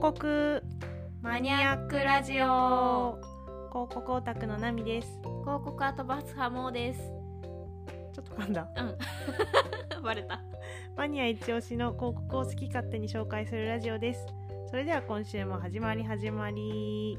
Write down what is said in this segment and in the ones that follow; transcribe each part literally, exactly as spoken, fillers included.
告マニアックラジオ、広告オタクのナミです。 広告アートバスハモーです。 ちょっと噛んだ。 うんバレた。 マニア一押しの広告を好き勝手に紹介するラジオです。それでは今週も始まり始まり。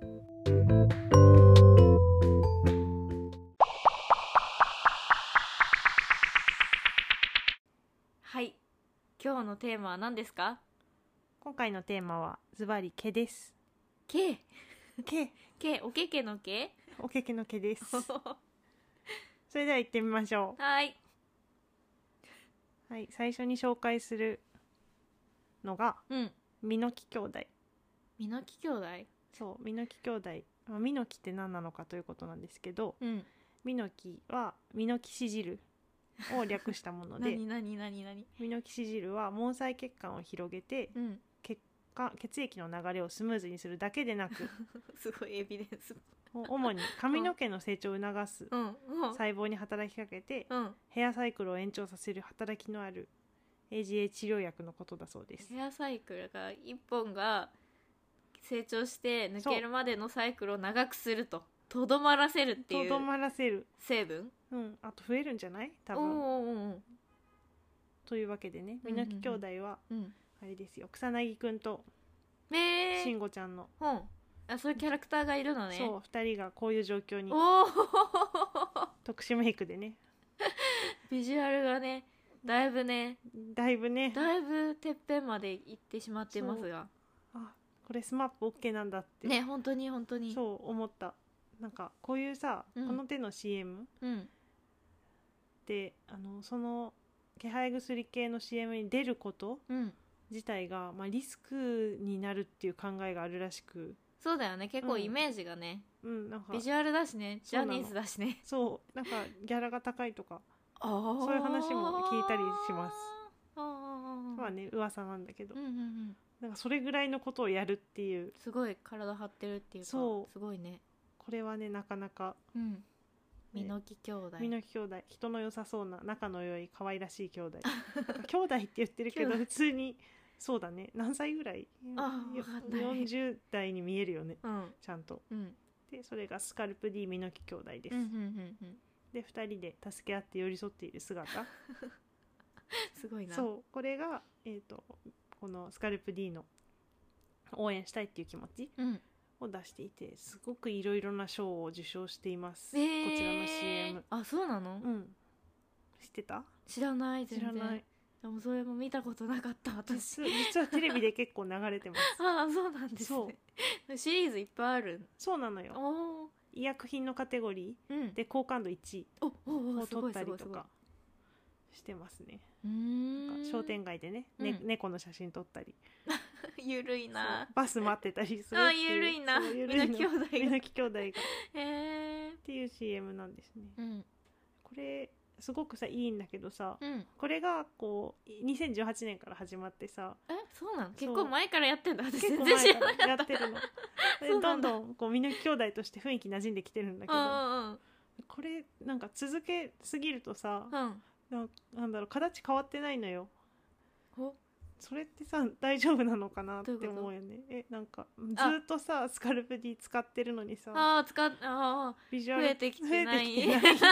はい、今日のテーマは何ですか？ 今回のテーマはズバリ毛です。 毛毛毛おけけの毛おけけの毛です。それでは行ってみましょう。 はいはい、最初に紹介するのが、 うん、 ミノキ兄弟。 ミノキ兄弟。 そう、ミノキ兄弟、まあ、ミノキって何なのかということなんですけど、 うん、 ミノキはミノキシジルを略したもので何何何何ミノキシジルは毛細血管を広げて、 うん、 血管血液の流れをスムーズにするだけでなくすごいエビデンス。 主に髪の毛の成長を促すうんうん細胞に働きかけて、 うん、 ヘアサイクルを延長させる働きのある エージェー 治療薬のことだそうです。 ヘアサイクルがいっぽんが成長して抜けるまでのサイクルを長くするととどまらせるっていうとどまらせる、 成分。 うん、あと増えるんじゃない多分。 おーおーおーというわけでね、ミノキ兄弟はうんあれですよ、草薙くんとえー、 慎吾ちゃんの、 うん、あ、そういうキャラクターがいるのね。 そうふたりがこういう状況におお特殊メイクでね、 ビジュアルがねだいぶねだいぶね、 だいぶてっぺんまで行ってしまってますが、 あ、これスマップ OK なんだってね、本当に本当にそう思った。なんかこういうさ、 うんこの手の シーエムうんで、あのその気配薬系の シーエム に出ることうん自体が、まあ、リスクになるっていう考えがあるらしく、 そうだよね、結構うんイメージがね、 うん、なんかビジュアルだしね、ジそうなのャニーズだしね、 そうなんかギャラが高いとかあそういう話も聞いたりします。 あまあね、噂なんだけど、 うんうんうんなんかそれぐらいのことをやるっていう、 すごい体張ってるっていうか、 そうすごいね。 これはねなかなか、 うんミノキ兄弟、 ミノキ兄弟、人の良さそうな仲の良い可愛らしい兄弟なんか兄弟って言ってるけど兄弟普通にそうだね、何歳ぐらい？ あよわかんないよんじゅう代に見えるよね、 うんちゃんと。 うんでそれがスカルプ D ミノキ兄弟です、 うんうんうんうんでふたりで助け合って寄り添っている姿すごいな。 そうこれが、えー、とこのスカルプ D の応援したいっていう気持ちうんを出していて、すごくいろいろな賞を受賞しています、 えー、 こちらの シーエム。 あ、そうなの？ うん知ってた？ 知らない全然。 知らない。 でもそれも見たことなかった私。 実実はテレビで結構流れてますああ、そうなんですそね。シリーズいっぱいある。 そうなのよ。 おお。 医薬品のカテゴリうん。 ーで好感度いちいおおお、 をすご取ったりいすごいすごい。 とかしてますね。 うーん。 商店街でね、ねうん猫の写真撮ったり、 ゆるいなそう。バス待ってたりするっていう。 あ、ゆるいな。 そうゆるみんな兄弟が。 ミノキ兄弟がっへえ。 ていう シーエム なんですね。 うんこれすごくさいいんだけどさ、 うん。 これがこうにせんじゅうはちねんから始まってさ、 え、そうなの？ そう結構前からやってんだ。私結構全然知前からない。 らやってるの。でそうなんだどんどんこうミノキ兄弟として雰囲気馴染んできてるんだけど、 うんうんこれなんか続けすぎるとさ、 うん。うん。 ななんだろう、形変わってないのよ。 お、 それってさ大丈夫なのかなってどういうこと思うよね。えなんかずっとさスカルプ D 使ってるのにさ、 ああ、使っ、ああ、 ビジュアル増えてきてない増えてきてない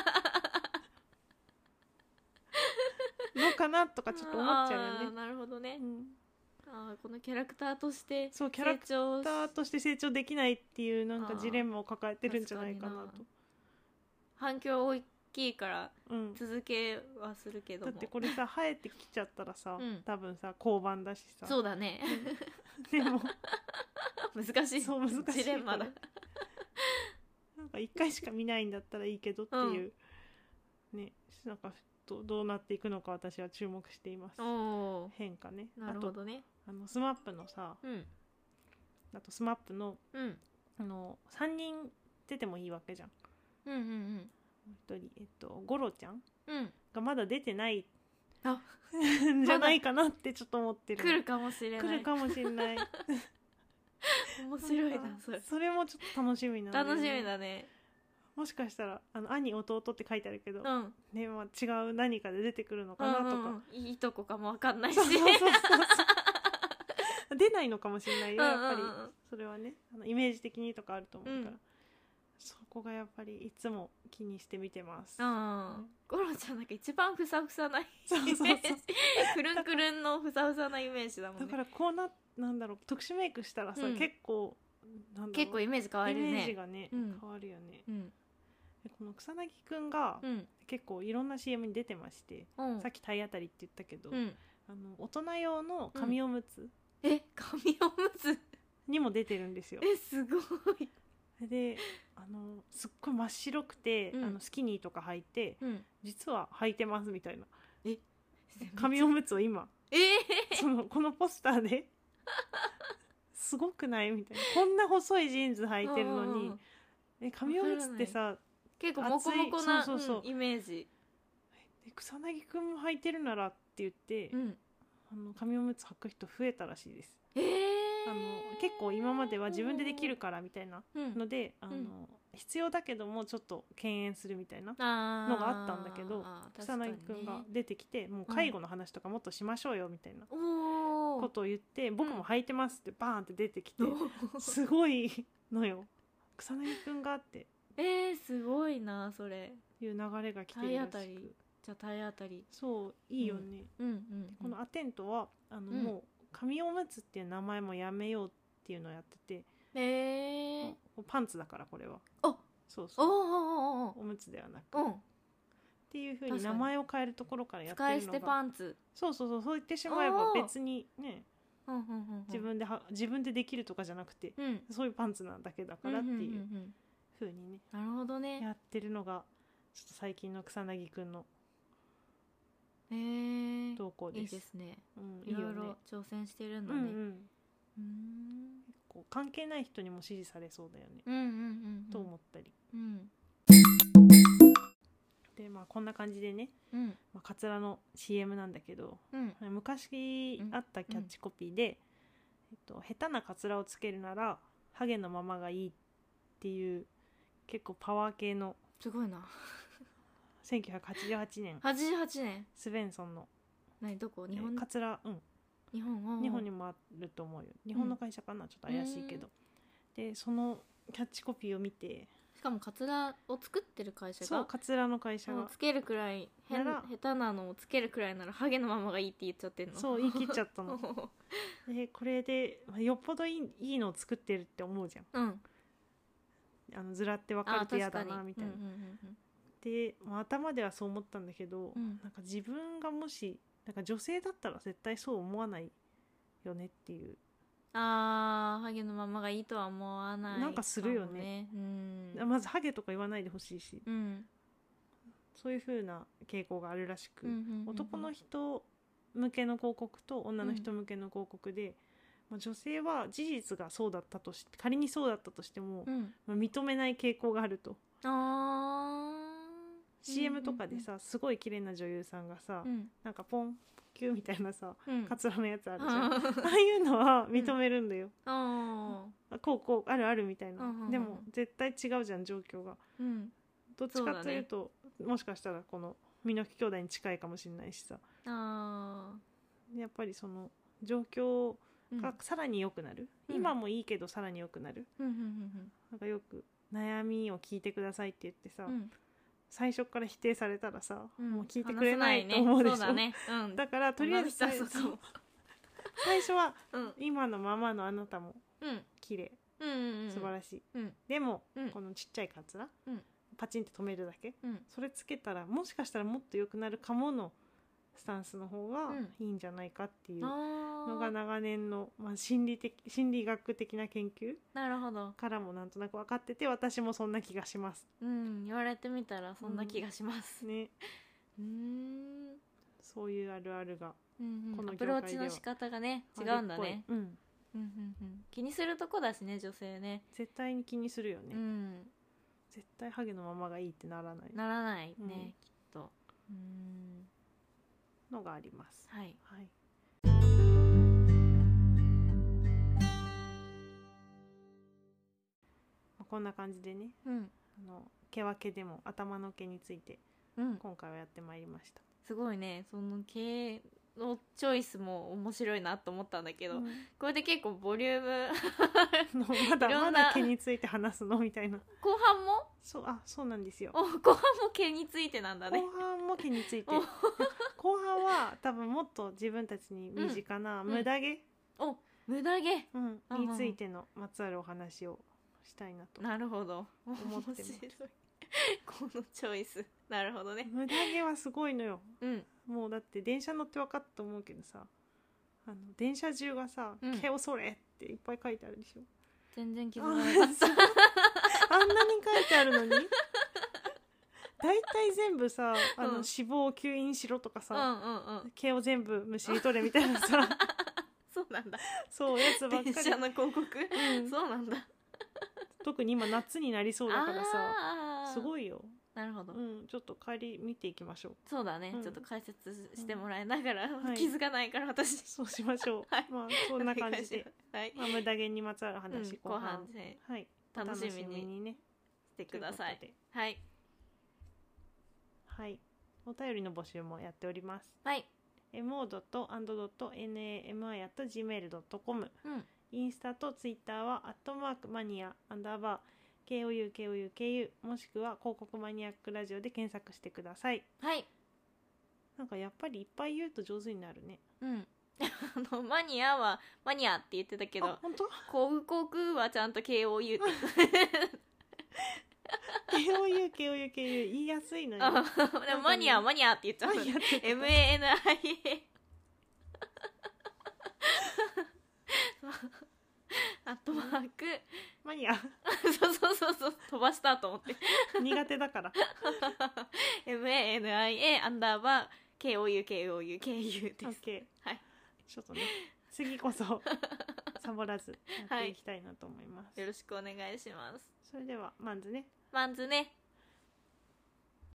のかなとかちょっと思っちゃうよね。 あーなるほどね。 うん、 あーこのキャラクターとしてそうキャラク成長しターとして成長できないっていうなんかあージレンマを抱えてるんじゃないかなと。 確かに反響大きいからうん、 続けはするけども、 だってこれさ生えてきちゃったらさ、 うん多分さ交番だしさ、 そうだねでも難しい、 そう難しいジレンマだ。 これなんかいっかいしか見ないんだったらいいけどっていう、ね、なんかどどうなっていくのか私は注目しています。 おお、 変化ね。 なるほどね。 あとあのスマップのさ、 うんあとスマップのうんあのさんにん出てもいいわけじゃん。 うんうんもう一人えっとゴロちゃんうんうん。 がまだ出てないあんじゃないかなってちょっと思ってる。 来るかもしれない。 来るかもしれない。 面白いなんかなそれ。 それもちょっと楽しみなんだよね。 楽しみだね。 もしかしたらあの兄弟って書いてあるけど、 うん。 ね、まあ、違う何かで出てくるのかなとか、 うんうんうん、いいとこかもわかんないし。 そうそうそうそう出ないのかもしれないよ、やっぱりうんうんうんそれはね、あのイメージ的にとかあると思うから、 うんそこがやっぱりいつも気にして見てます。 ああ、ゴロちゃんなんか一番ふさふさなイそうそうそうメージくるんくるんのふさふさなイメージだもんね。 だからこうななんだろう、特殊メイクしたらさ、 うん結構なんだろう、 結構イメージ変わるよね。 イメージがね、 うん変わるよね。 うんでこの草薙くんが、 うん結構いろんな シーエム に出てまして、 うんさっき体当たりって言ったけど、 うんあの大人用の紙おむつえ、紙おむつにも出てるんですよ。 え、すごい。 であのすっごい真っ白くて、 うんあのスキニーとか履いて、 うん実は履いてますみたいなえ、 紙おむつを今えー、 そのこのポスターですごくないみたいな、こんな細いジーンズ履いてるのにうんうんうんえ紙おむつってさ結構モコモコな厚いそうそうそううんイメージ。 で草薙くんも履いてるならって言って、 うんあの紙おむつ履く人増えたらしいです。 えー、 あの結構今までは自分でできるからみたいなうんので、あのうん必要だけどもちょっと敬遠するみたいなあのがあったんだけど、 ー草薙くんが出てきて、もう介護の話とかもっとしましょうよみたいなおおことを言って、僕も履いてますってバーンって出てきて、 ーすごいのよ、草薙くんがってえー、すごいなそれ。 いう流れが来てるらし体当たりく、 じゃあ体当たり。 そういいよね、 うんうんうんこのアテントはあの、 うんもう紙おむつっていう名前もやめようっていうのをやってて、 えー、 もうパンツだからこれはあおそうそうおおおむつではなくおおっていうふうに確かに名前を変えるところからやって使い捨てるのが、 パンツ。 そうそうそうそう言ってしまえばおー別にね、 うんうんうんうん自分では自分でできるとかじゃなくて、 うんそういうパンツなんだけだからってんんいうんんふうにねなるほどね。 やってるのがちょっと最近の草薙くんのえー、 投稿です。 いいですね。 うん、 いいいよねろいろ挑戦してるんだうんうね。 ん、 うんこう関係ない人にも支持されそうだよね、 うんうんうんと思ったりうんで、まあこんな感じでね、 うんまあ、カツラの シーエム なんだけど、 うん昔あったキャッチコピーで、えっと、下手なカツラをつけるならハゲのままがいいっていう結構パワー系のすごいな。 せんきゅうひゃくはちじゅうはちねんはちじゅうはちねん。 スベンソンの何どこえ日本カツラ、うん、 日本日本にもあると思うよ、日本の会社かな、ちょっと怪しいけど、でそのキャッチコピーを見て、 しかもカツラを作ってる会社そうがカツラの会社がもうつけるくらい変なら下手なのをつけるくらいならハゲのままがいいって言っちゃってんの。 そう言い切っちゃったのでこれでまあよっぽどいいいいのを作ってるって思うじゃん、 うんあのずらって分かあると嫌だ確かになみたいな、 うんうんで、まあ、頭ではそう思ったんだけど、 うんなんか自分がもしなんか女性だったら絶対そう思わないよねっていう、 あーハゲのままがいいとは思わないなんかするよねかもね。 まずハゲとか言わないでほしいし、 うんうんそういう風な傾向があるらしく、 うんうんうんうん男の人向けの広告と女の人向けの広告で、まあ、女性は事実がそうだったとして仮にそうだったとしても、 うんまあ、認めない傾向があると、 あーシーエム とかでさすごい綺麗な女優さんがさ、 うんなんかポンキューみたいなさうんカツラのやつあるじゃん、 あああいうのは認めるんだよ、 ああこうこうあるあるみたいな、 うんうんうんでも絶対違うじゃん状況が、 ーうんどっちかというともしかしたらこのミノキ兄弟に近いかもしれないしさ、 あやっぱりその状況ーがさらに良くなる、 うん今もいいけどさらに良くなる、 うんうんうんなんかよく悩みを聞いてくださいって言ってさ、 うんうん最初から否定されたらさ、 うんもう聞いてくれないと思うでしょ、 話さないねそうだねうんだからとりあえず最女の人はそう最初はうん今のままのあなたもうん綺麗うんうんうん素晴らしい、 うんでも、 うんこのちっちゃいカツラ、 うんパチンって止めるだけ、 うんそれつけたらもしかしたらもっと良くなるかものスタンスの方がうんいいんじゃないかっていうあのがー長年の、まあ、心理的心理学的な研究なるほどからもなんとなく分かってて、私もそんな気がしますうん言われてみたらそんな気がしますね。 うんそういうあるあるがうんうんアこの業界ではプローチの仕方がね違うんだねあるっぽい、うん、 うんうんうん気にするとこだしね女性ね絶対に気にするよね、 うん絶対ハゲのままがいいってならないならないね、 うんきっとうんのがあります。 はいはい。まあこんな感じでね、 うんあの毛分けでも頭の毛についてうん今回はやってまいりました。 すごいねその毛のチョイスも面白いなと思ったんだけど、 うんこれで結構ボリュームまだいろんなまだ毛について話すのみたいな。 後半もそう、あ、そうなんですよ。 お後半も毛についてなんだね。 後半も毛についてお後半は多分もっと自分たちに身近な無駄毛、 お無駄毛うんうんについてのまつわるお話をしたいなと。 なるほど思ってます面白いこのチョイスなるほどね。 無駄毛はすごいのよ。 うんもうだって電車乗って分かったと思うけどさ、あの電車中がさうん 「毛をそれ!」っていっぱい書いてあるでしょ。 全然気あづかなかったあんなに書いてあるのにだいたい全部さあの、 うん脂肪を吸引しろとかさ、 うんうんうん毛を全部むしり取れみたいなさそうなんだそうやつばっかり、 電車の広告、 うんそうなんだ。 特に今夏になりそうだからさすごいいよ、 なるほど、 うん、ちょっと帰り見ていきましょう。 そうだね、 うんちょっと解説してもらいながら、 はい気づかないから私そうしましょう、 はいまあそんな感じで、 はい、 まあ、無駄毛にまつわる話、 うん、後半ではい、 楽しみにお楽にねしてくださいとうことではいはい、お便りの募集もやっております。 はいエムオードットアンドドットエヌエーエムアイアットジーメールドットコム、 うんインスタとツイッターはアットマークマニアアンダーバー ケーオーユーケーオーユーケーユー もしくは広告マニアックラジオで検索してください。 はいなんかやっぱりいっぱい言うと上手になるね。 うんあのマニアはマニアって言ってたけどあ、本当広告はちゃんと ケーオーユー ってケーオーユーケーオーユーケーユー 言いやすいのよ。 あでもマニアはマニアって言っちゃうマニアって言ってたエムエーエヌアイエー アットマークマニアそうそうそうそう飛ばしたと思って苦手だからエムエーエヌアイエー アンダーバー ケーオーユーケーオーユーケーユー です。 OK、 はいちょっとね次こそサボらずやっていきたいなと思います、 よろしくお願いします。 それではまずねまずね